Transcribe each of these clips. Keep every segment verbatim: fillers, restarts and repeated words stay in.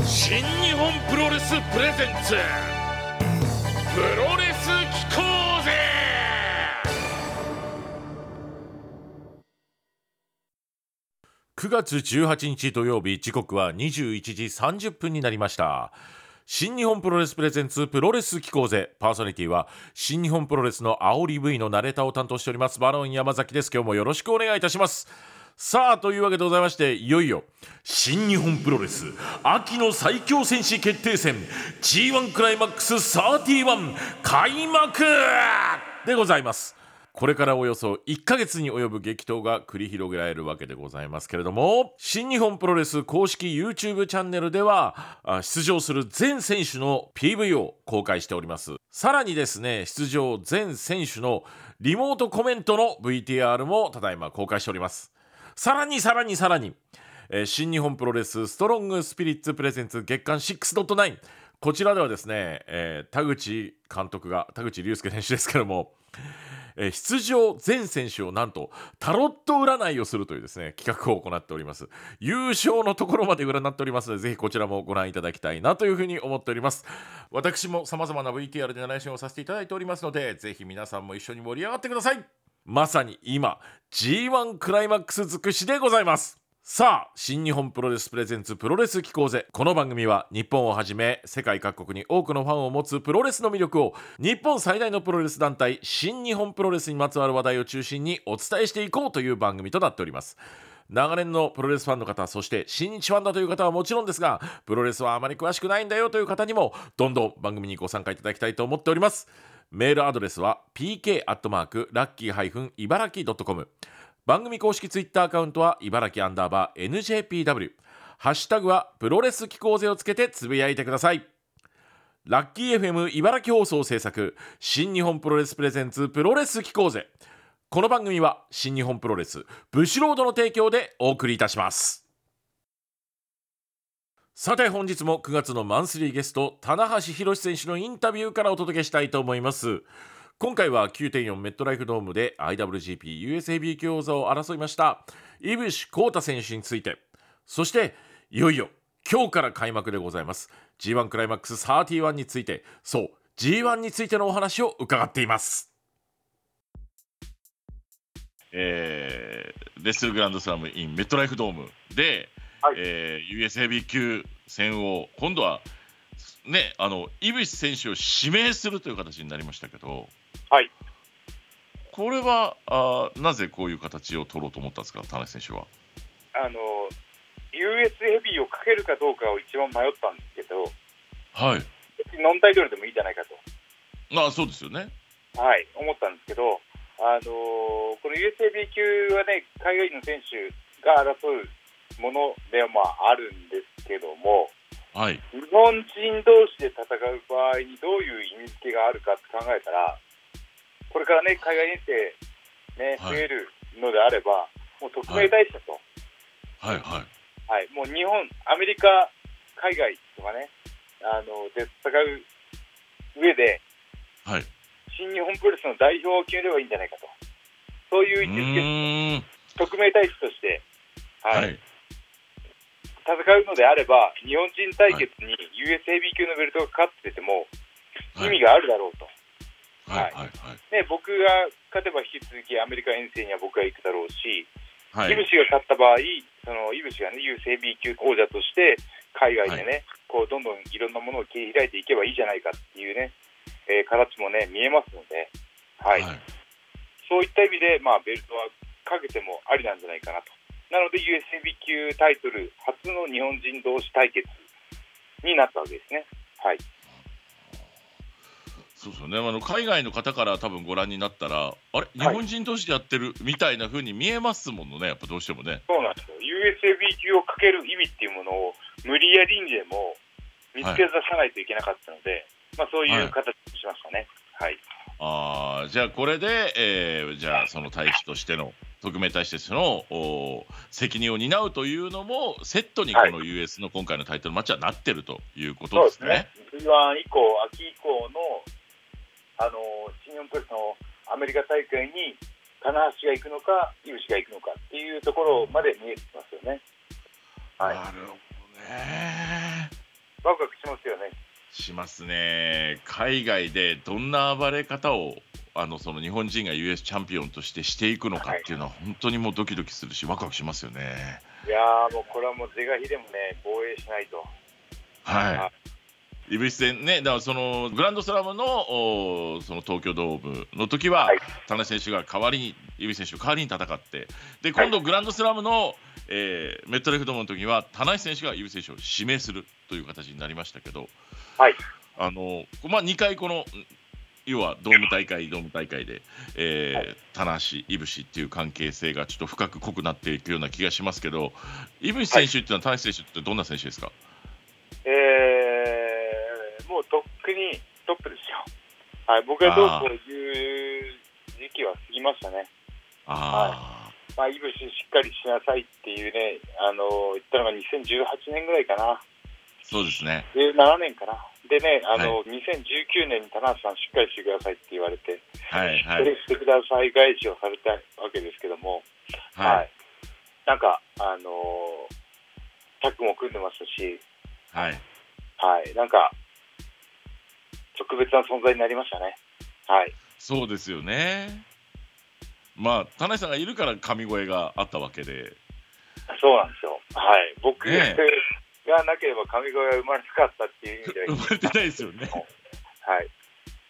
新日本プロレスプレゼンツプロレス機構ぜ。くがつじゅうはちにち土曜日、時刻はにじゅういちじさんじゅっぷんになりました。新日本プロレスプレゼンツプロレス機構ぜ。パーソナリティは新日本プロレスの煽り V のナレーターを担当しておりますバロン山崎です。今日もよろしくお願いいたします。さあ、というわけでございまして、いよいよ新日本プロレス秋の最強戦士決定戦 ジーワン クライマックスさんじゅういち開幕でございます。これからおよそいっかげつに及ぶ激闘が繰り広げられるわけでございますけれども、新日本プロレス公式 YouTube チャンネルでは出場する全選手の ピーブイ を公開しております。さらにですね、出場全選手のリモートコメントの ブイティーアール もただいま公開しております。さらにさらにさらに、えー、新日本プロレスストロングスピリッツプレゼンツ月間 ろくてんきゅう、こちらではですね、えー、田口監督が田口竜介選手ですけども、えー、出場全選手をなんとタロット占いをするというですね企画を行っております。優勝のところまで占っておりますので、ぜひこちらもご覧いただきたいなというふうに思っております。私も様々な ブイティーアール でナレーションをさせていただいておりますので、ぜひ皆さんも一緒に盛り上がってください。まさに今 ジーワン クライマックス尽くしでございます。さあ、新日本プロレスプレゼンツプロレス機構ぜ。この番組は日本をはじめ世界各国に多くのファンを持つプロレスの魅力を日本最大のプロレス団体新日本プロレスにまつわる話題を中心にお伝えしていこうという番組となっております。長年のプロレスファンの方、そして新日ファンだという方はもちろんですが、プロレスはあまり詳しくないんだよという方にもどんどん番組にご参加いただきたいと思っております。メールアドレスは ピーケー アットマーク ラッキー 茨城 ドットコム、 番組公式ツイッターアカウントは茨城アンダーバー エヌジェーピーダブリュー、 ハッシュタグはプロレス機構ぜをつけてつぶやいてください。ラッキー エフエム 茨城放送制作新日本プロレスプレゼンツプロレス機構ぜ。この番組は新日本プロレスブシロードの提供でお送りいたします。さて、本日もくがつのマンスリーゲスト棚橋宏選手のインタビューからお届けしたいと思います。今回は きゅうてんよん メットライフドームで アイダブリュージーピー ユーエスヘビー級王座を争いました井伏浩太選手について、そしていよいよ今日から開幕でございます ジーワン クライマックスさんじゅういちについて、そう ジーワン についてのお話を伺っています。えー、レッスルグランドスラム in メットライフドームで、はい、えー、ユーエスヘビー級戦を今度はね、あの井伏選手を指名するという形になりましたけど、 はい、 これはあなぜこういう形を取ろうと思ったんですか、田中選手は。 あの ユーエス ヘビーをかけるかどうかを一番迷ったんですけど、 はい、 ノンタイトルでもいいじゃないかと、 ああそうですよね、 はい、思ったんですけど、あのー、この ユーエス ヘビー級はね、海外の選手が争うものではまああるんですけども、 はい、 日本人同士で戦う場合にどういう意味付けがあるかって考えたら、これからね海外遠征、ね、増えるのであれば、もう特命大使だと、 はいはいはい、もう日本、アメリカ、海外とかね、あので戦う上で、 はい、 新日本プロレスの代表を決めればいいんじゃないかと、そういう位置づけ、特命大使として、はいはい、戦うのであれば、日本人対決に ユーエス ヘビー級のベルトがかかってても意味があるだろうと、 はいはいはいはいね、僕が勝てば引き続きアメリカ遠征には僕が行くだろうし、 はい、 井伏が勝った場合、その井伏が、ね、ユーエス ヘビー級王者として海外でね、はい、こうどんどんいろんなものを切り開いていけばいいじゃないかっていうね、えー、形もね見えますので、はいはい、そういった意味で、まあ、ベルトはかけてもありなんじゃないかなと。なので ユーエス ヘビー級タイトル初の日本人同士対決になったわけですね。はい。 そうですよね、あの海外の方から多分ご覧になったら、あれ、日本人同士でやってるみたいな風に見えますものね、やっぱどうしてもね。 そうなんですよ。ユーエス ヘビー級をかける意味っていうものを無理やりにでも見つけ出さないといけなかったので、はい、まあ、そういう形にしましたね。はい。 はい、あじゃあこれで、えー、じゃあその大使としての特命大使としての責任を担うというのもセットにこの ユーエス の今回のタイトルマッチはなってるということですね。 そうですね。ジーワン 以降、秋以降のあの新日本プロレスのアメリカ大会に棚橋が行くのか井伏が行くのかっていうところまで見えてますよね。 はい、なるほどね。 ワクワクしますよね。 しますね。海外でどんな暴れ方をあのその日本人が ユーエス チャンピオンとしてしていくのかはい。 っていうのは本当にもうドキドキするしワクワクしますよね。 いやー、もうこれはもう是が非でもね、防衛しないと。 はい。 はい。 イブリス戦ね、だからそのグランドスラムのおその東京ドームの時は、 はい。 田中選手が代わりに、イブリ選手の代わりに戦って、で、 はい。 今度グランドスラムの、えーメットライフドームの時には、田中選手がイブリ選手を指名するという形になりましたけど、 はい。 あのまあ、にかいこの、要はドーム大会、ドーム大会で、えーはい。 田無、イブシっていう関係性がちょっと深く濃くなっていくような気がしますけど、イブシはい。 選手っていうのは、田無選手ってどんな選手ですか？ えー、もうとっくにトップですよ。はい。僕がどうこうあいう時期は過ぎましたね。はい。 あ、あまあ、イブシしっかりしなさいっていうね、あの言ったのがにせんじゅうはちねんぐらいかな。 そうですね。 じゅうななねんかな。でね、あはい、 のにせんじゅうきゅうねんに田中さんしっかりしてくださいって言われて、 はい、 しっはい、 かりしてください返しをされたわけですけども、 はい、 はい。なんか、あのタッグも組んでましたし、 はい。 はい。なんか、特別な存在になりましたね。はい。 そうですよね。まあ、田無さんがいるから神声があったわけで、 そうなんですよ。はい。僕がねえ、 なければ神声は生まれなかったっていう意味では生まれてないですよね。 はい。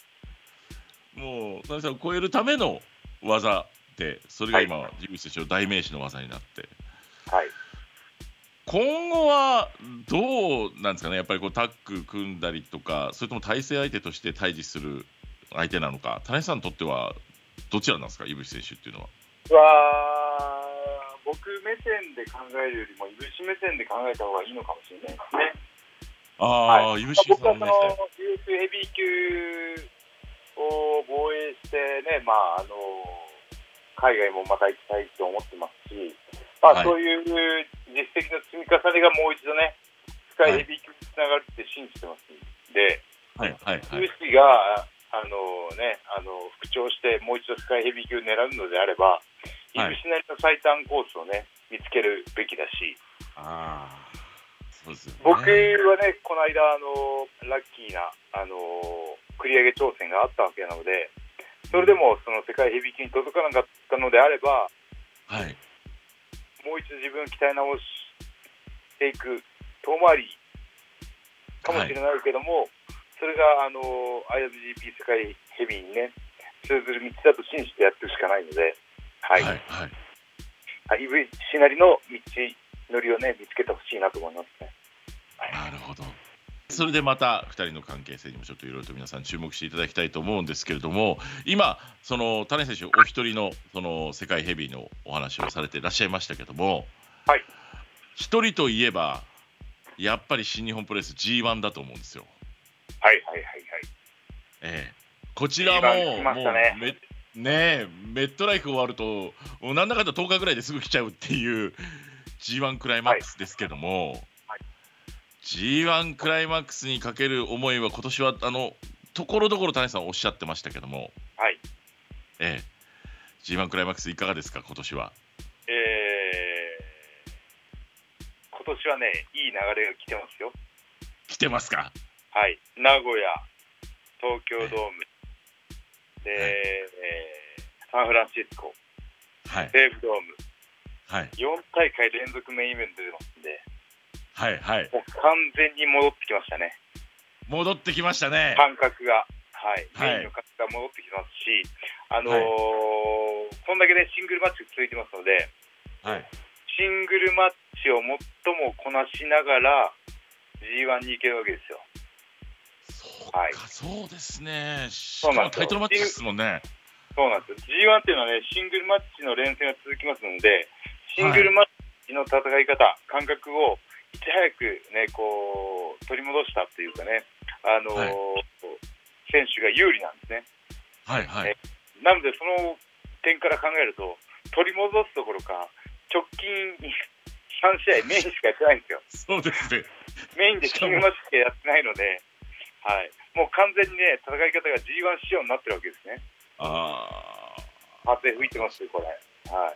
もう、田無さんを超えるための技で、それがはい。 今、ジブリ選手の代名詞の技になって、 はい。 今後はどうなんですかね、やっぱりこうタッグ組んだりとか、それとも対戦相手として対峙する相手なのか、田無さんにとってはどちらなんですか、イブシ選手っていうのは。 は、僕目線で考えるよりも、いぶし目線で考えた方がいいのかもしれないですね。はい。 ああ、イブまあ、 シ僕はそのさんね。 ユーエス ヘビー級を防衛してね、まあ、あの、海外もまた行きたいと思ってますし、まあ、 はい、 そういう実績の積み重ねがもう一度ね、スカイはい、 ヘビー級につながるって信じてますんで、 はい、はい、はい。 ユーシーが、あのね、あの復調してもう一度スカイヘビー級を狙うのであれば、いぶはい。 しなりの最短コースをね、見つけるべきだし、 ああ、そうですよ僕ね。 はね、この間、あのラッキーな、あの繰り上げ挑戦があったわけなので、それでもその世界ヘビー級に届かなかったのであれば、 はい。 もう一度自分を鍛え直していく遠回りかもはい。 しれないけども、それがあの アイダブリュージーピー 世界ヘビーにね、通ずる道だと信じてやっていくしかないので、はい。 はい。はい。 はい、イブシなりの道のりをね、見つけてほしいなと思いますね。はい。 なるほど。それでまたふたりの関係性にもちょっといろいろと皆さん注目していただきたいと思うんですけれども、今、その種選手お一人のその世界ヘビーのお話をされていらっしゃいましたけども、 はい。 一人といえばやっぱり新日本プロレス ジーワン だと思うんですよ。 はいはいはいはい。 ええ、こちらジーワン 来ももうましたね。 めねえメットライフ終わるともうなんだかんだとおかぐらいですぐ来ちゃうっていう ジーワン クライマッはい。 クスですけども、 はい。 ジーワン クライマックスにかける思いは今年はあのところどころ谷さんおっしゃってましたけども、 はい。 ええ、ジーワン クライマックスいかがですか今年は。 えー、今年はね、いい流れが来てますよ。 来てますか。 はい。名古屋、東京えドーム、で、 え、はいえーサンフランシスコ、 はい西武ドーム、 はいよん大会連続メインイベント出ますんで、 はいはい、 もう完全に戻ってきましたね。 戻ってきましたね。 感覚が、はい、 はいメインの感覚が戻ってきますし、あのーはいこんだけね、シングルマッチが続いてますので、 はい。 シングルマッチを最もこなしながら ジーワン に行けるわけですよ。 そうはい。 か、そうですね。しかもそうなんですよ。 タイトルマッチですもんね。 そうなんですよ。ジーワン っていうのはね、シングルマッチの連戦が続きますので、シンはい。 グルマッチの戦い方、感覚をいち早くね、こう、取り戻したっていうかね、あのーはい。 選手が有利なんですね。 はいはい。 えなので、その点から考えると、取り戻すどころか、直近さん試合メインしかやってないんですよ。 そうですね。 メインでしかも、 シングルマッチしかやってないので、はい、もう完全にね、戦い方が ジーワン 仕様になってるわけですね。 あ風吹いてますよ、これ。はい。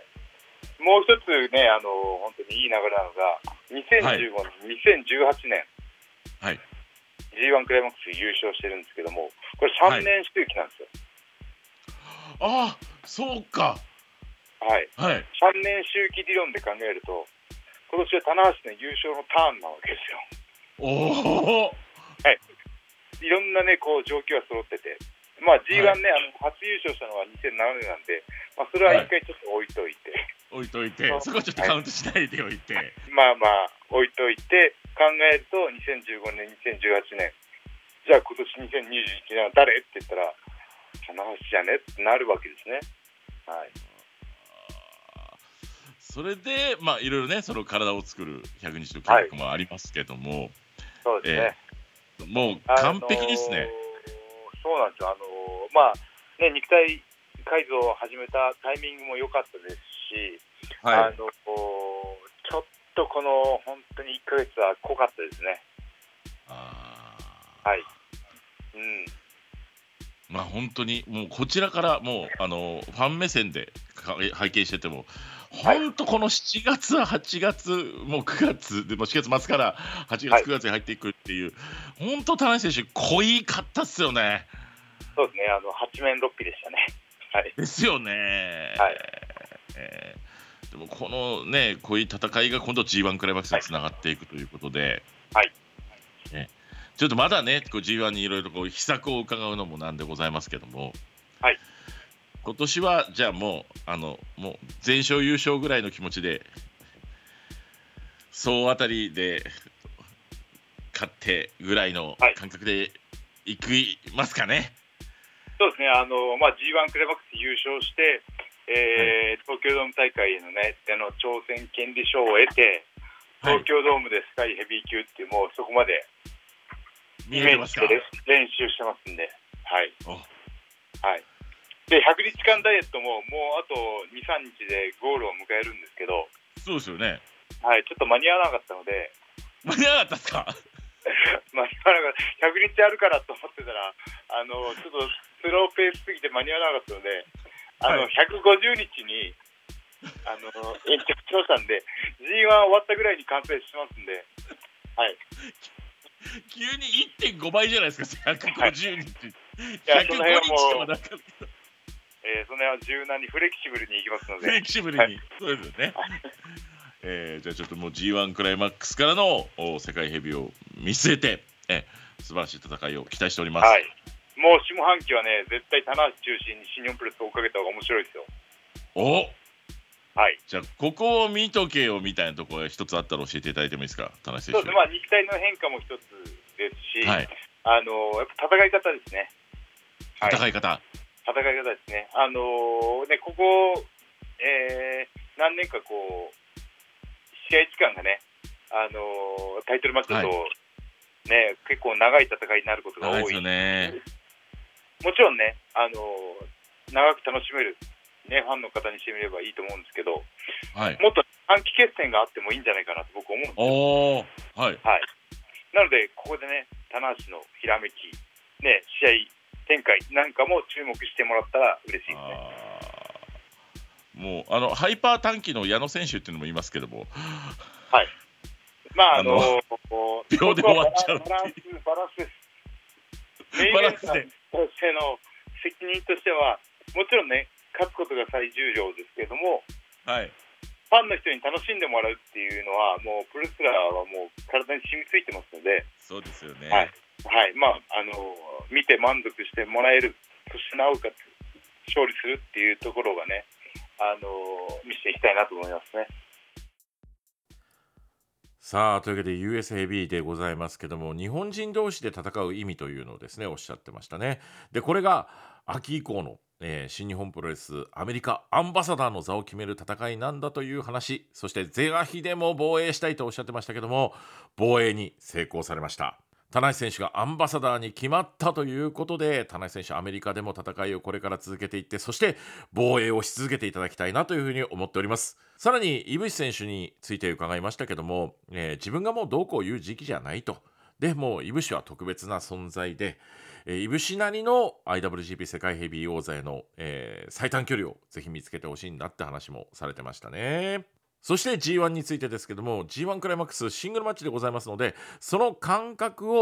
もう一つね、あの本当にいい流れなのが、 あ、はい、 にせんじゅうごねん、にせんじゅうはちねん、 はい、 ジーワン クライマックス優勝してるんですけども、これさんねん周期なんですよ。 ああ、そうか。 はい。 はい。 さんねん周期理論で考えると、今年は棚橋の優勝のターンなわけですよ。 おお。 はい。いろんなね、こう状況が揃ってて、まあ ジーワン ね、 はい、 あの初優勝したのはにせんななねんなんで、まあ、それは一回ちょっと置いといて、 置いといて、そこちょっとカウントしないでおいて、はい、 まあまあ置いといて考えると、にせんじゅうごねん、にせんじゅうはちねん、じゃあ今年にせんにじゅういちねんは誰って言ったら、棚橋じゃねってなるわけですね。はい。 それで、まあ、いろいろね、その体を作るひゃくにちの計画もありますけども、はい、 そうですね。 えー、もう完璧ですね。 あのー、そうなんですよ。あのー、まあね、肉体改造を始めたタイミングも良かったですし、はい、あのー、ちょっとこの本当にいっかげつは濃かったですね。 あはい。うん。 まあ本当にもうこちらからもうあのファン目線で拝見してても、本当このしちがつはちがつもうくがつでもしがつ末からはちがつくがつに入っていくっていう、本当田中選手濃いかったっすよね。 そうですね。あの八面六臂でしたね。はい。 ですよね。 はい。 えー、でもこのね濃い戦いが今度 ジーワン クライマックスにつながっていくということで。 はい。 ね、ちょっとまだね、こう ジーワン にいろいろこう秘策を伺うのもなんでございますけども、 はい、 今年はじゃあもうあのもう全勝優勝ぐらいの気持ちで総当たりで勝ってぐらいの感覚でいきますかね。はい、 そうですね。あのまあ ジーワン クライマックス優勝して、えーはい、東京ドーム大会へのねでの挑戦権利書を得て、東京ドームで世界ヘビー級っていうもうそこまでイメージして練習してますんで、はい。はい。で、ひゃくにちかんダイエットももうあとに、さんにちでゴールを迎えるんですけど、 そうですよね。 はい、ちょっと間に合わなかったので。 間に合わなかったですか？ 間に合わなかった。ひゃくにちあるからと思ってたら、あのちょっとスローペースすぎて間に合わなかったので、あの、はい、ひゃくごじゅうにちにあの延長しましたんで、ジーワン 終わったぐらいに完成しますんで、はい。 急に いってんご 倍じゃないですか、ひゃくごじゅうにち。ひゃくごにちとかなんか。 えー、その辺は柔軟にフレキシブルにいきますので。 フレキシブルに。はい、そうですよね。えー、じゃあちょっともう ジーワン クライマックスからの世界ヘビーを見据えて、えー、素晴らしい戦いを期待しております。 はい。もう下半期はね、絶対棚橋中心に新日本プロレスを追っかけた方が面白いですよ。 おはい、 じゃあここを見とけよみたいなところが一つあったら教えていただいてもいいですか、田中選手。 そうですね、まあ、肉体の変化も一つですし、はい、あのやっぱ戦い方ですね。 戦い方、はい、 戦い方ですね。あのー、ねここ、えー、何年かこう試合時間がね、あのー、タイトルマッチだと、はい、ね、結構長い戦いになることが多い。 ですよね。 もちろんね、あのー、長く楽しめる。ね、ファンの方にしてみればいいと思うんですけど、はい、もっと短期決戦があってもいいんじゃないかなと僕思うんですよ。 おはいはい、 なのでここでね、棚橋のひらめき、ね、試合展開なんかも注目してもらったら嬉しいですね。もうあのハイパー短期の矢野選手っていうのもいますけども、 はい、まああのー、 秒で終わっちゃうっていうバランスバランスです。バランスでとしての責任としてはもちろんね、勝つことが最重要ですけれども、 はい、 ファンの人に楽しんでもらうっていうのはもうプロレスラーはもう体に染みついてますので。 そうですよね。 はい、はい、まああの見て満足してもらえる、そしてなおかつ勝利するっていうところがね、あの見せていきたいなと思いますね。 さあというわけで ユーエス ヘビーでございますけども、日本人同士で戦う意味というのをですねおっしゃってましたね。でこれが秋以降の、えー、新日本プロレスアメリカアンバサダーの座を決める戦いなんだという話、そして是が非でも防衛したいとおっしゃってましたけども、防衛に成功されました。棚橋選手がアンバサダーに決まったということで、棚橋選手アメリカでも戦いをこれから続けていって、そして防衛をし続けていただきたいなというふうに思っております。さらに井渕選手について伺いましたけども、えー、自分がもうどうこう言う時期じゃないと。でもう井渕は特別な存在で、えー、井渕なりの アイダブリュージーピー 世界ヘビー王座への、えー、最短距離をぜひ見つけてほしいんだって話もされてましたね。そして ジーワン についてですけども、 ジーワン クライマックスシングルマッチでございますので、その感覚を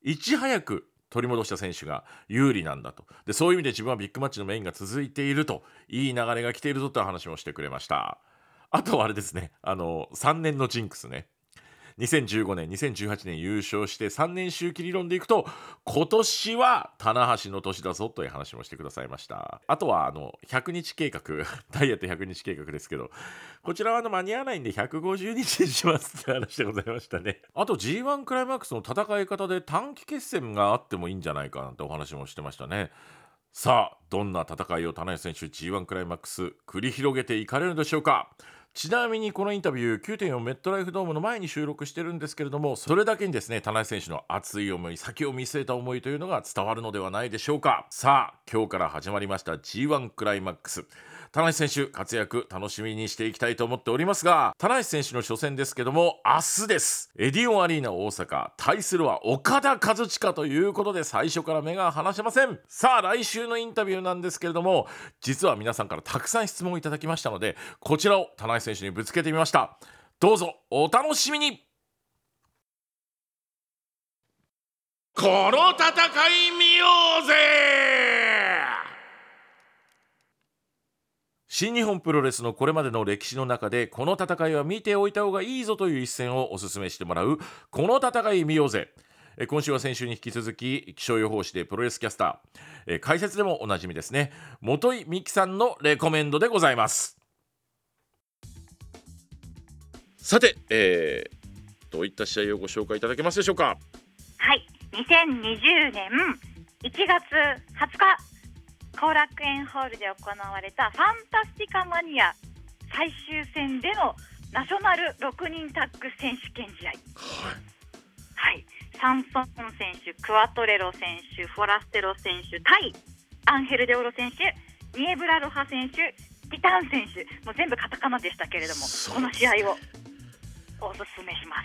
いち早く取り戻した選手が有利なんだと。でそういう意味で自分はビッグマッチのメインが続いていると、いい流れが来ているぞという話もしてくれました。あとはあれですね、あのさんねんのジンクスね。にせんじゅうごねんにせんじゅうはちねん優勝してさんねん周期理論でいくと、今年は棚橋の年だぞという話もしてくださいました。あとはあのひゃくにち計画ダイエットひゃくにち計画ですけど、こちらはあの間に合わないんでひゃくごじゅうにちにしますって話でございましたね。あと ジーワン クライマックスの戦い方で短期決戦があってもいいんじゃないかなんてお話もしてましたね。さあどんな戦いを棚橋選手 ジーワン クライマックス繰り広げていかれるのでしょうか。ちなみにこのインタビュー きゅうてんよん メットライフドームの前に収録してるんですけれども、それだけにですね棚橋選手の熱い思い、先を見据えた思いというのが伝わるのではないでしょうか。さあ今日から始まりました ジーワン クライマックス、棚橋選手活躍楽しみにしていきたいと思っておりますが、棚橋選手の初戦ですけども明日です。エディオンアリーナ大阪、対するは岡田和親ということで最初から目が離せません。さあ来週のインタビューなんですけれども、実は皆さんからたくさん質問をいただきましたので、こちらを棚橋選手にぶつけてみました。どうぞお楽しみに。この戦い見ようぜ。新日本プロレスのこれまでの歴史の中で、この戦いは見ておいた方がいいぞという一戦をおすすめしてもらうこの戦い見ようぜ。え今週は先週に引き続き気象予報士でプロレスキャスター、え解説でもおなじみですね、元井美希さんのレコメンドでございます。さて、えー、どういった試合をご紹介いただけますでしょうか。 はい、にせんにじゅうねんいちがつはつか後楽園ホールで行われたファンタスティカマニア最終戦でのナショナルろくにんタッグ選手権試合、はいはい、サンソン選手、クワトレロ選手、フォラステロ選手対アンヘル・デオロ選手、ニエブラロハ選手、ティタン選手、もう全部カタカナでしたけれども、この試合をおすすめします。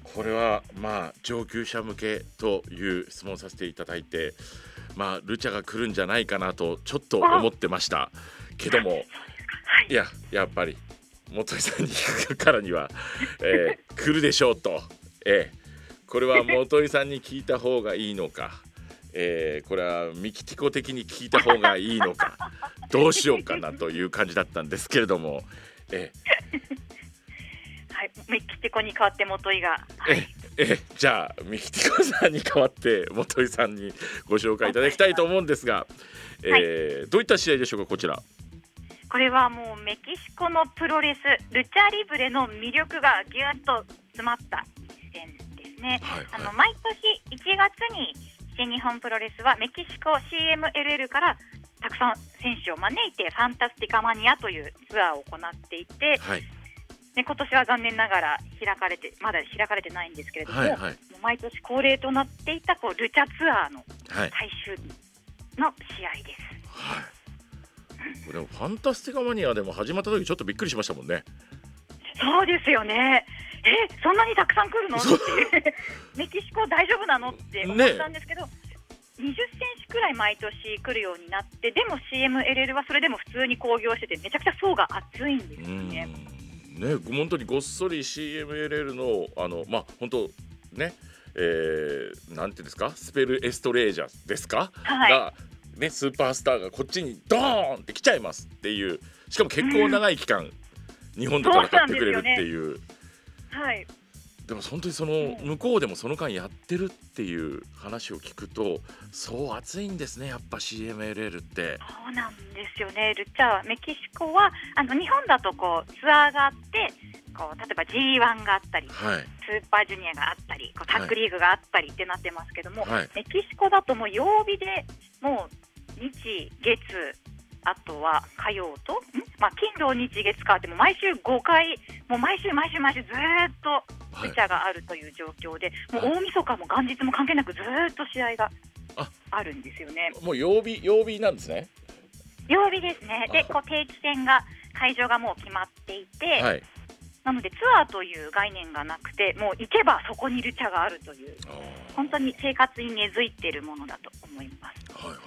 これはまあ上級者向けという質問させていただいて、まあルチャが来るんじゃないかなとちょっと思ってましたけども、はい、いややっぱり元井さんに聞くからには、えー、来るでしょうと、えー、これは元井さんに聞いた方がいいのか、えー、これはミキティコ的に聞いた方がいいのかどうしようかなという感じだったんですけれども、えーはい、ミキティコに代わって元井が、はい、 ええじゃあミキティコさんに代わって元井さんにご紹介いただきたいと思うんですが、えーはい、どういった試合でしょうか。こちらこれはもうメキシコのプロレスルチャリブレの魅力がぎゅっと詰まった一戦ですね、はいはい、あの毎年いちがつに新日本プロレスはメキシコ シーエムエルエル からたくさん選手を招いてファンタスティカマニアというツアーを行っていて、はい、で今年は残念ながら開かれてまだ開かれてないんですけれども、はいはい、毎年恒例となっていたこうルチャツアーの最終日の試合です、はいはい、でもファンタスティカマニアでも始まった時ちょっとびっくりしましたもんね。 そうですよね。えそんなにたくさん来るのっていうメキシコ大丈夫なのって思ったんですけど、ね、にじゅっせんしくらい毎年来るようになって、でも シーエムエルエル はそれでも普通に興行しててめちゃくちゃ層が厚いんですよね。 ね、本当にごっそり シーエムエルエル のあのまあ本当ね、えー、なんていうんですか、スペルエストレージャーですか、はい、がねスーパースターがこっちにドーンって来ちゃいますっていう、しかも結構長い期間、うん、日本で戦ってくれるっていう、 はい、 でも本当にその向こうでもその間やってるっていう話を聞くと、そう熱いんですねやっぱ シーエムエルエル って。 そうなんですよね。ルチャはメキシコはあの日本だとこうツアーがあってこう例えば ジーワン があったり、はい、スーパージュニアがあったりこうタッグリーグがあったりってなってますけども、はい、メキシコだともう曜日でもう日月あとは火曜と、んまあ、金土日月火っても毎週ごかい、もう毎週毎週毎週ずっとルチャがあるという状況で、はい、もう大晦日も元日も関係なくずっと試合があるんですよね。 もう曜日曜日なんですね。 曜日ですね。でこう定期戦が会場がもう決まっていて、はい、なのでツアーという概念がなくて、もう行けばそこにルチャがあるという、本当に生活に根付いているものだと思います。はいはいはい、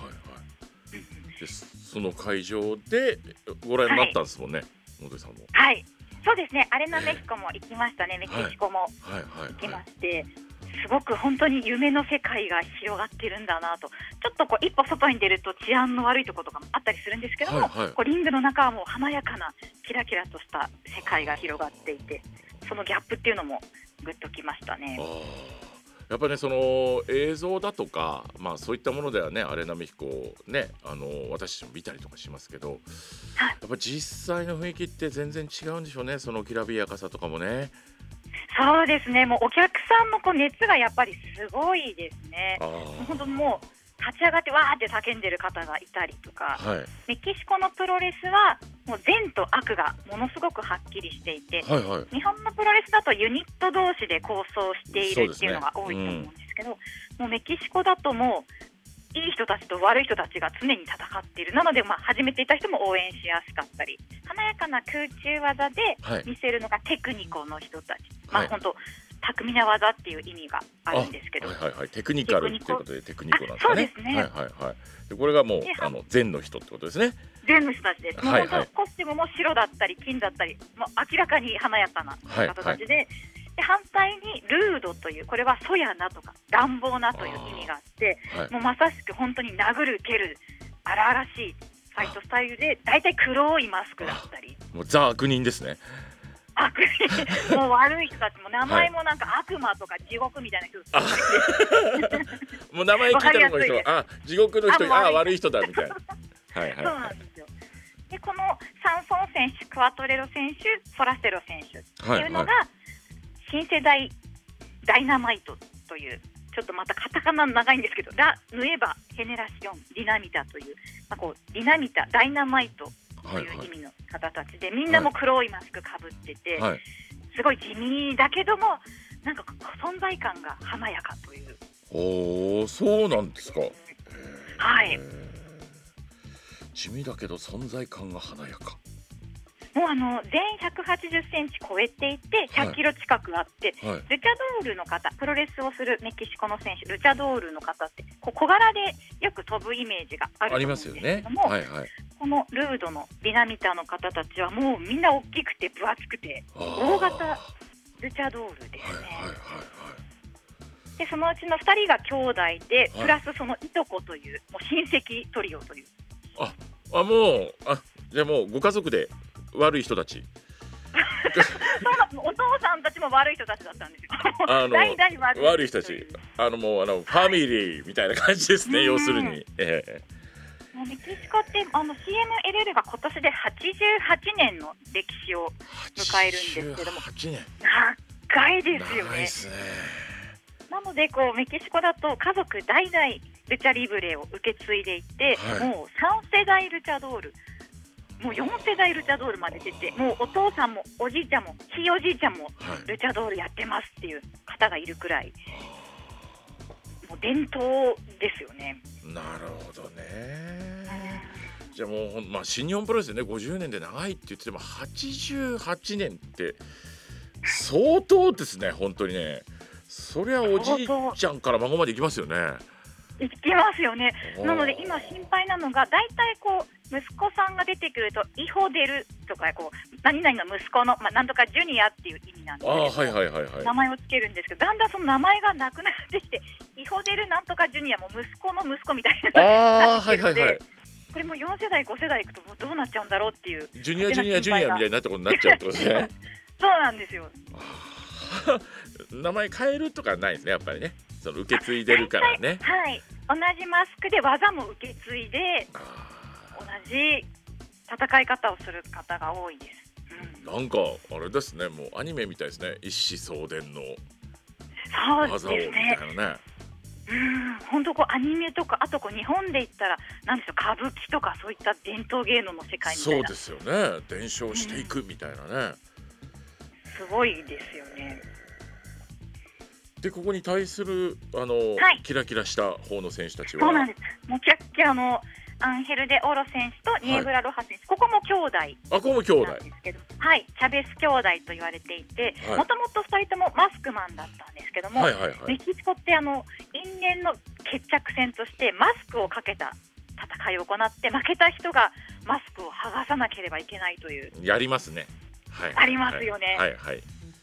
うん、でその会場でご覧になったんですもんね、はい、元井さんも。 はい、そうですね。アレナメヒコも行きましたね、メキシコも行きまして、 すごく本当に夢の世界が広がってるんだなと。ちょっとこう一歩外に出ると治安の悪いところとかもあったりするんですけども、 はいはい、 こうリングの中はもう華やかなキラキラとした世界が広がっていて、そのギャップっていうのもグッときましたね。 あやっぱりね、その映像だとか、まあ、そういったものではね、アレナメヒコね、あの私たちも見たりとかしますけど、 はい、 やっぱ実際の雰囲気って全然違うんでしょうね、そのきらびやかさとかもね。 そうですね、もうお客さんのこう熱がやっぱりすごいですね。 あ本当もう立ち上がってわーって叫んでる方がいたりとか、 はい、 メキシコのプロレスはもう善と悪がものすごくはっきりしていて、 はいはい、 日本のプロレスだとユニット同士で構想しているっていうのが多いと思うんですけど、もうメキシコだともういい人たちと悪い人たちが常に戦っている。なので、まあ、始めていた人も応援しやすかったり、華やかな空中技で見せるのがテクニコの人たち、はい、まあ本当巧みな技っていう意味があるんですけど、 はいはいはい、テクニカルっていうことでテクニコなんですかね。 そうですね、 はいはいはい、でこれがもうあの善の人ってことですね。 善の人たちです。 はいはい、 もう本当コスチュームも白だったり金だったり、もう明らかに華やかな方たちで、はいはい、で反対にルードという、これはそやなとか乱暴なという意味があって、はい、もうまさしく本当に殴る蹴る荒々しいファイトスタイルで、だいたい黒いマスクだったり、 もうザ悪人ですね。 悪人もう悪い人たちも名前もなんか悪魔とか地獄みたいな人たちもう名前聞いたの人はあ地獄の人、ああ悪い人だみたいなはいはい、はい、 そうなんですよ。でこのサンソン選手、クワトレロ選手、ソラセロ選手っていうのが、はいはい、新世代ダイナマイトという、ちょっとまたカタカナ長いんですけど、ラ・ヌエバ・ヘネラシオン・ディナミタという、まあ、こうディナミタ、ダイナマイトという意味の方たちで、はいはい、みんなも黒いマスクかぶってて、はい、すごい地味だけどもなんか存在感が華やかという。 おー、そうなんですか。 はい、 地味だけど存在感が華やか。 もうあの全ひゃくはちじゅっセンチ超えていてひゃっキロ近くあって、はいはい、ルチャドールの方、プロレスをするメキシコの選手、ルチャドールの方ってこう小柄でよく飛ぶイメージがあると思うんですけども、 はいはい、 このルードのディナミタの方たちはもうみんな大きくて分厚くて大型ルチャドールですね。はいはいはいはい、でそのうちのふたりが兄弟で、プラスそのいとこという、もう親戚トリオという。 ああもうあじゃあもうご家族で悪い人たちそうお父さんたちも悪い人たちだったんですよ。 あの代々悪い, 悪い人たち、あのもうあのファミリーみたいな感じですね、はい、要するに、えー、もうメキシコってあの シーエムエルエル が今年ではちじゅうはちねんの歴史を迎えるんですけども、 はちじゅうはちねん長いですよね。 長いですね。 なのでこうメキシコだと家族代々ルチャリブレを受け継いでいて、はい、もうさん世代ルチャドール、もうよん世代ルチャドールまで出て、もうお父さんもおじいちゃんもひいおじいちゃんもルチャドールやってますっていう方がいるくらい、もう伝統ですよね。 なるほどね。じゃあもう、まあ、新日本プロレスでねごじゅうねんで長いって言っててもはちじゅうはちねんって相当ですね、本当にね。そりゃおじいちゃんから孫まで行きますよね。 行きますよね。なので今心配なのが、だいたいこう息子さんが出てくるとイホデルとかこう何々の息子の、まあ、なんとかジュニアっていう意味なんですけど、 あ、はいはいはいはい、 名前をつけるんですけど、だんだんその名前がなくなってきて、イホデルなんとかジュニアも息子の息子みたいなああ、はいはいはい、 これもよん世代ご世代いくとどうなっちゃうんだろうっていう、 ジュニアジュニアジュニアみたいになったことになっちゃうってことですね。 そうなんですよ。 名前変えるとかないですね、やっぱりね。その受け継いでるからね。 はい、同じマスクで技も受け継いで同じ戦い方をする方が多いです、 うん、なんかあれですね、もうアニメみたいですね、一子相伝の技をみたいなね。 うん、本当こうアニメとか、あとこう日本で言ったらなんでしょう、歌舞伎とかそういった伝統芸能の世界みたいな。 そうですよね、伝承していくみたいなね、うん、 すごいですよね。 でここに対するあの、はい、キラキラした方の選手たちは、 そうなんです、もうキラッキラのアンヘル・デ・オロ選手とニエブラ・ロハ選手、はい、ここも兄弟あここも兄弟なんですけど、はい、チャベス兄弟と言われていて、もともとふたりともマスクマンだったんですけども、はいはいはい、メキシコってあの因縁の決着戦としてマスクをかけた戦いを行って、負けた人がマスクを剥がさなければいけないという、 やりますね、はい、 ありますよね、 はいはい、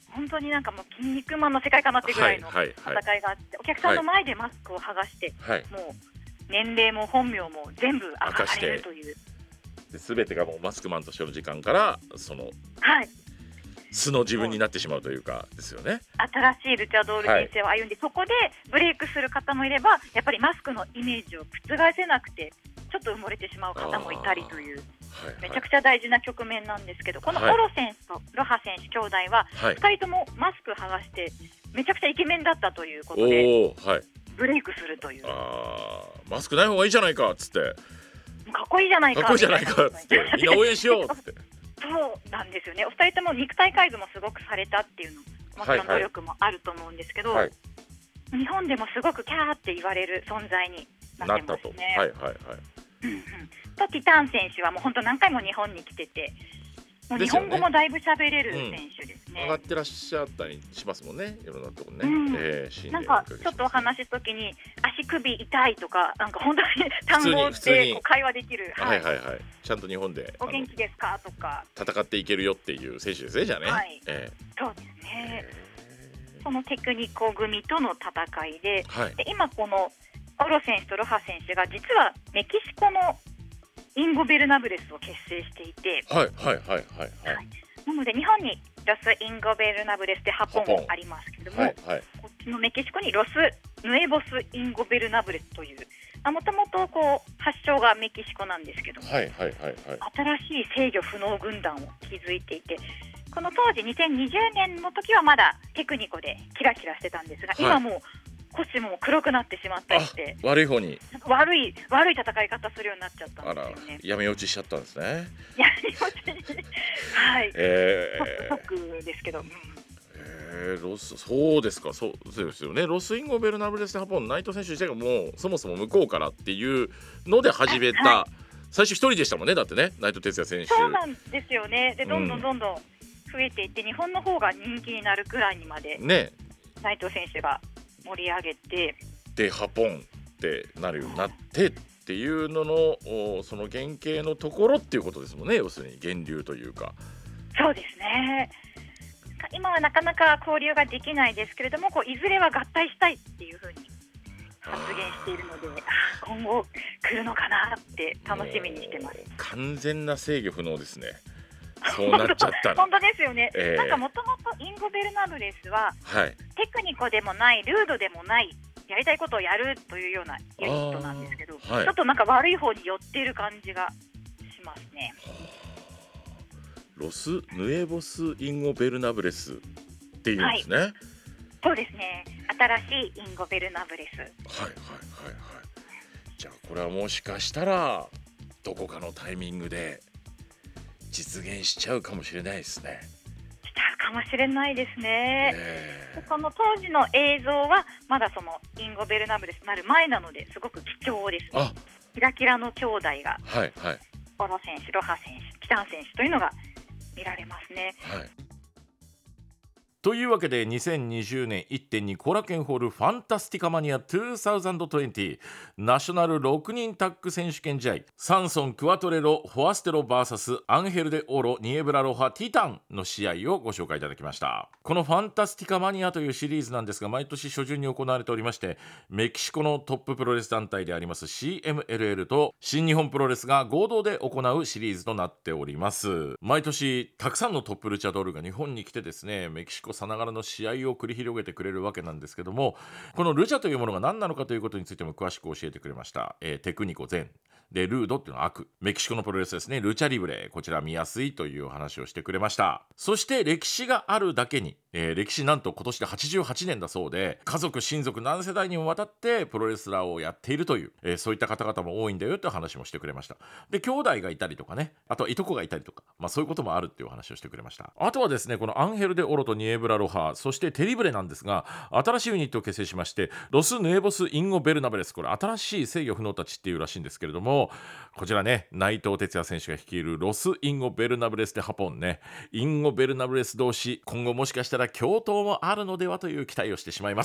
本当になんかもう筋肉マンの世界かなってぐらいのはいはい戦はいいがあって、お客さんの前でマスクを剥がして、 はいもう年齢も本名も全部明かされるという、 で全てがもうマスクマンとしての時間からそのはい、 素の自分になってしまうというかですよね。 新しいルチャドール人生を歩んで、そこでブレイクする方もいれば、やっぱりマスクのイメージを覆せなくてちょっと埋もれてしまう方もいたりという、 はいはい、 めちゃくちゃ大事な局面なんですけど、このオはいロ選手とロハ選手兄弟ははい、 ふたりともマスク剥がしてめちゃくちゃイケメンだったということでおー、はい、 ブレイクするという、かあーマスクない方がいいじゃないかっつってっこいいじゃないかかっこいいじゃないかっつってみんな応援しようっつってそうなんですよね。お二人とも肉体改造もすごくされたっていうのももちろん努力もあると思うんですけど、 はい、 日本でもすごくキャーって言われる存在にななったと、 ってますね。 はいはいはい、 うんうん、とティターン選手はもう本当何回も日本に来てて、もう日本語もだいぶ喋れる選手ですね。 上がってらっしゃったりしますもんね、いろんなところね、 うんえー、 なんかちょっとお話すときに足首痛いとか、なんか本当に単語でこう会話できる、 はいはいはい、ちゃんと日本でお元気ですかとか戦っていけるよっていう選手ですね、じゃあね、 はいえー、そうですね、えー、そのテクニコ組との戦い で,、 はい、で今このオロ選手とロハ選手が実はメキシコのインゴベルナブレスを結成していて、 はいはいはいはいはい、 なので日本にロスインゴベルナブレスではっぽんありますけれども、 はいはい、 こっちのメキシコにロスヌエボスインゴベルナブレスという、もともと発祥がメキシコなんですけども、 はいはいはいはい、 新しい制御不能軍団を築いていて、この当時にせんにじゅうねんの時はまだテクニコでキラキラしてたんですが、はい、今もう腰も黒くなってしまったりして、 悪い方に悪い悪い戦い方するようになっちゃったんですよね。 あら、やめ落ちしちゃったんですね。 やめ落ちはい、 えー、ショックですけど、うん、 えー、ロスそうですか、そうそうですよね。ロスインゴベルナブレス・ハポン、内藤選手自体がもうそもそも向こうからっていうので始めた、はい、最初一人でしたもんね、だってね、内藤哲也選手。 そうなんですよね。でどんどんどんどん増えていって、うん、日本の方が人気になるくらいにまで、ね、内藤選手が盛り上げて、 でハポンってなるようになってっていうののその原型のところっていうことですもんね、要するに源流というか。 そうですね。今はなかなか交流ができないですけれども、こういずれは合体したいっていうふうに発言しているので、今後来るのかなって楽しみにしてます。 完全な制御不能ですね、そうなっちゃったら。 本当ですよね、 えー、 なんかもともとインゴベルナブレスは、 はい、 テクニコでもないルードでもないやりたいことをやるというようなユニットなんですけど、はい、ちょっとなんか悪い方に寄っている感じがしますね。 ロスヌエボスインゴベルナブレスっていうんですね、はい、 そうですね、新しいインゴベルナブレス。はいはいはいはい。じゃあこれはもしかしたらどこかのタイミングで実現しちゃうかもしれないですね。 しちゃうかもしれないですね、 えー、 その当時の映像はまだそのインゴベルナブレスになる前なのですごく貴重ですね。 あ、 キラキラの兄弟が、 はいはい、 オロ選手、ロハ選手、ティタン選手というのが見られますね。 はい、というわけでにせんにじゅうねん いってんに コラケンホールファンタスティカマニアにせんにじゅうナショナルろくにんタッグ選手権試合、サンソン・クワトレロ・フォアステロ ブイエス アンヘル・デ・オロ・ニエブラ・ロハ・ティタンの試合をご紹介いただきました。このファンタスティカマニアというシリーズなんですが、毎年初旬に行われておりまして、メキシコのトッププロレス団体であります シーエムエルエル と新日本プロレスが合同で行うシリーズとなっております。毎年たくさんのトップルチャドールが日本に来てですね、メキシコさながらの試合を繰り広げてくれるわけなんですけども、このルチャというものが何なのかということについても詳しく教えてくれました。えー、テクニコ善で、ルードっていうのは悪、メキシコのプロレスですね、ルチャリブレ、こちら見やすいというお話をしてくれました。そして歴史があるだけに、えー、歴史なんと今年ではちじゅうはちねんだそうで、家族親族何世代にもわたってプロレスラーをやっているという、えー、そういった方々も多いんだよという話もしてくれました。で、兄弟がいたりとかね、あとはいとこがいたりとか、まあ、そういうこともあるっていうお話をしてくれました。あとはですね、このアンヘル・デ・オロとニエブラ・ロハ、そしてテリブレなんですが、新しいユニットを結成しまして、ロス・ヌエボス・インゴ・ベルナブレス、これ新しい制御不能たちっていうらしいんですけれども、こちらね、内藤哲也選手が率いるロス・インゴ・ベルナブレスでハポンね、インゴ・ベルナブレス同士、今後もしかしたら共闘もあるのではという期待をしてしまいます。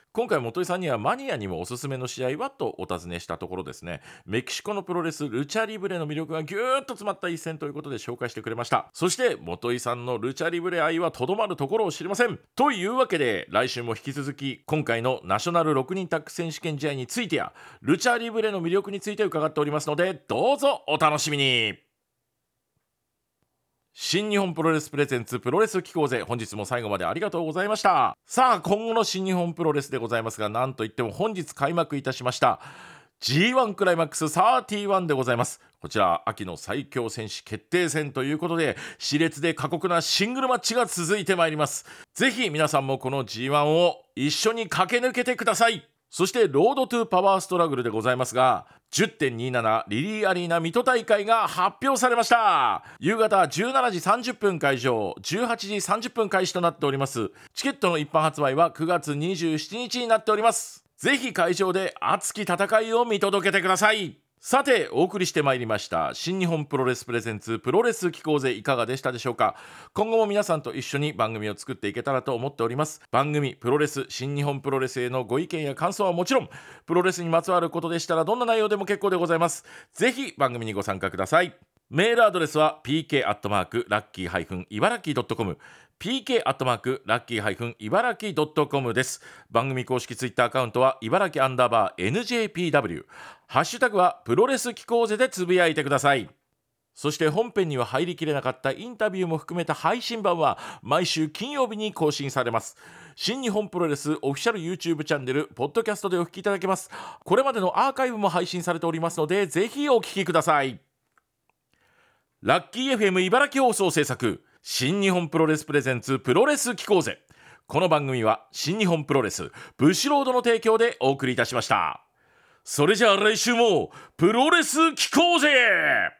今回元井さんにはマニアにもおすすめの試合はとお尋ねしたところですね、メキシコのプロレスルチャリブレの魅力がぎゅーっと詰まった一戦ということで紹介してくれました。そして元井さんのルチャリブレ愛はとどまるところを知りません。というわけで来週も引き続き今回のナショナルろくにんタッグ選手権試合についてやルチャリブレの魅力について伺っておりますので、どうぞお楽しみに。新日本プロレスプレゼンツプロレス聞こうぜ、本日も最後までありがとうございました。さあ今後の新日本プロレスでございますが、なんといっても本日開幕いたしました ジーワン クライマックスさんじゅういちでございます。こちら秋の最強戦士決定戦ということで、熾烈で過酷なシングルマッチが続いてまいります。ぜひ皆さんもこの ジーワン を一緒に駆け抜けてください。そしてロードトゥーパワーストラグルでございますが、 じゅってんにじゅうなな リリーアリーナ水戸大会が発表されました。夕方じゅうしちじさんじゅっぷん会場、じゅうはちじさんじゅっぷん開始となっております。チケットの一般発売はくがつにじゅうしちにちになっております。ぜひ会場で熱き戦いを見届けてください。さてお送りしてまいりました新日本プロレスプレゼンツプロレス聞こうぜ、いかがでしたでしょうか。今後も皆さんと一緒に番組を作っていけたらと思っております。番組プロレス新日本プロレスへのご意見や感想はもちろん、プロレスにまつわることでしたらどんな内容でも結構でございます。ぜひ番組にご参加ください。メールアドレスは ピーケー アットマーク ラッキー ハイフン 茨城 ドットコム ピーケー アットマーク ラッキー ハイフン 茨城 ドットコム です。番組公式ツイッターアカウントは茨城アンダーバー エヌジェーピーダブリュー、 ハッシュタグはプロレス聞こうぜでつぶやいてください。そして本編には入りきれなかったインタビューも含めた配信版は毎週金曜日に更新されます。新日本プロレスオフィシャル YouTube チャンネルポッドキャストでお聞きいただけます。これまでのアーカイブも配信されておりますので、ぜひお聞きください。ラッキー エフエム 茨城放送制作、新日本プロレスプレゼンツプロレス聞こうぜ。この番組は新日本プロレスブシロードの提供でお送りいたしました。それじゃあ来週もプロレス聞こうぜ。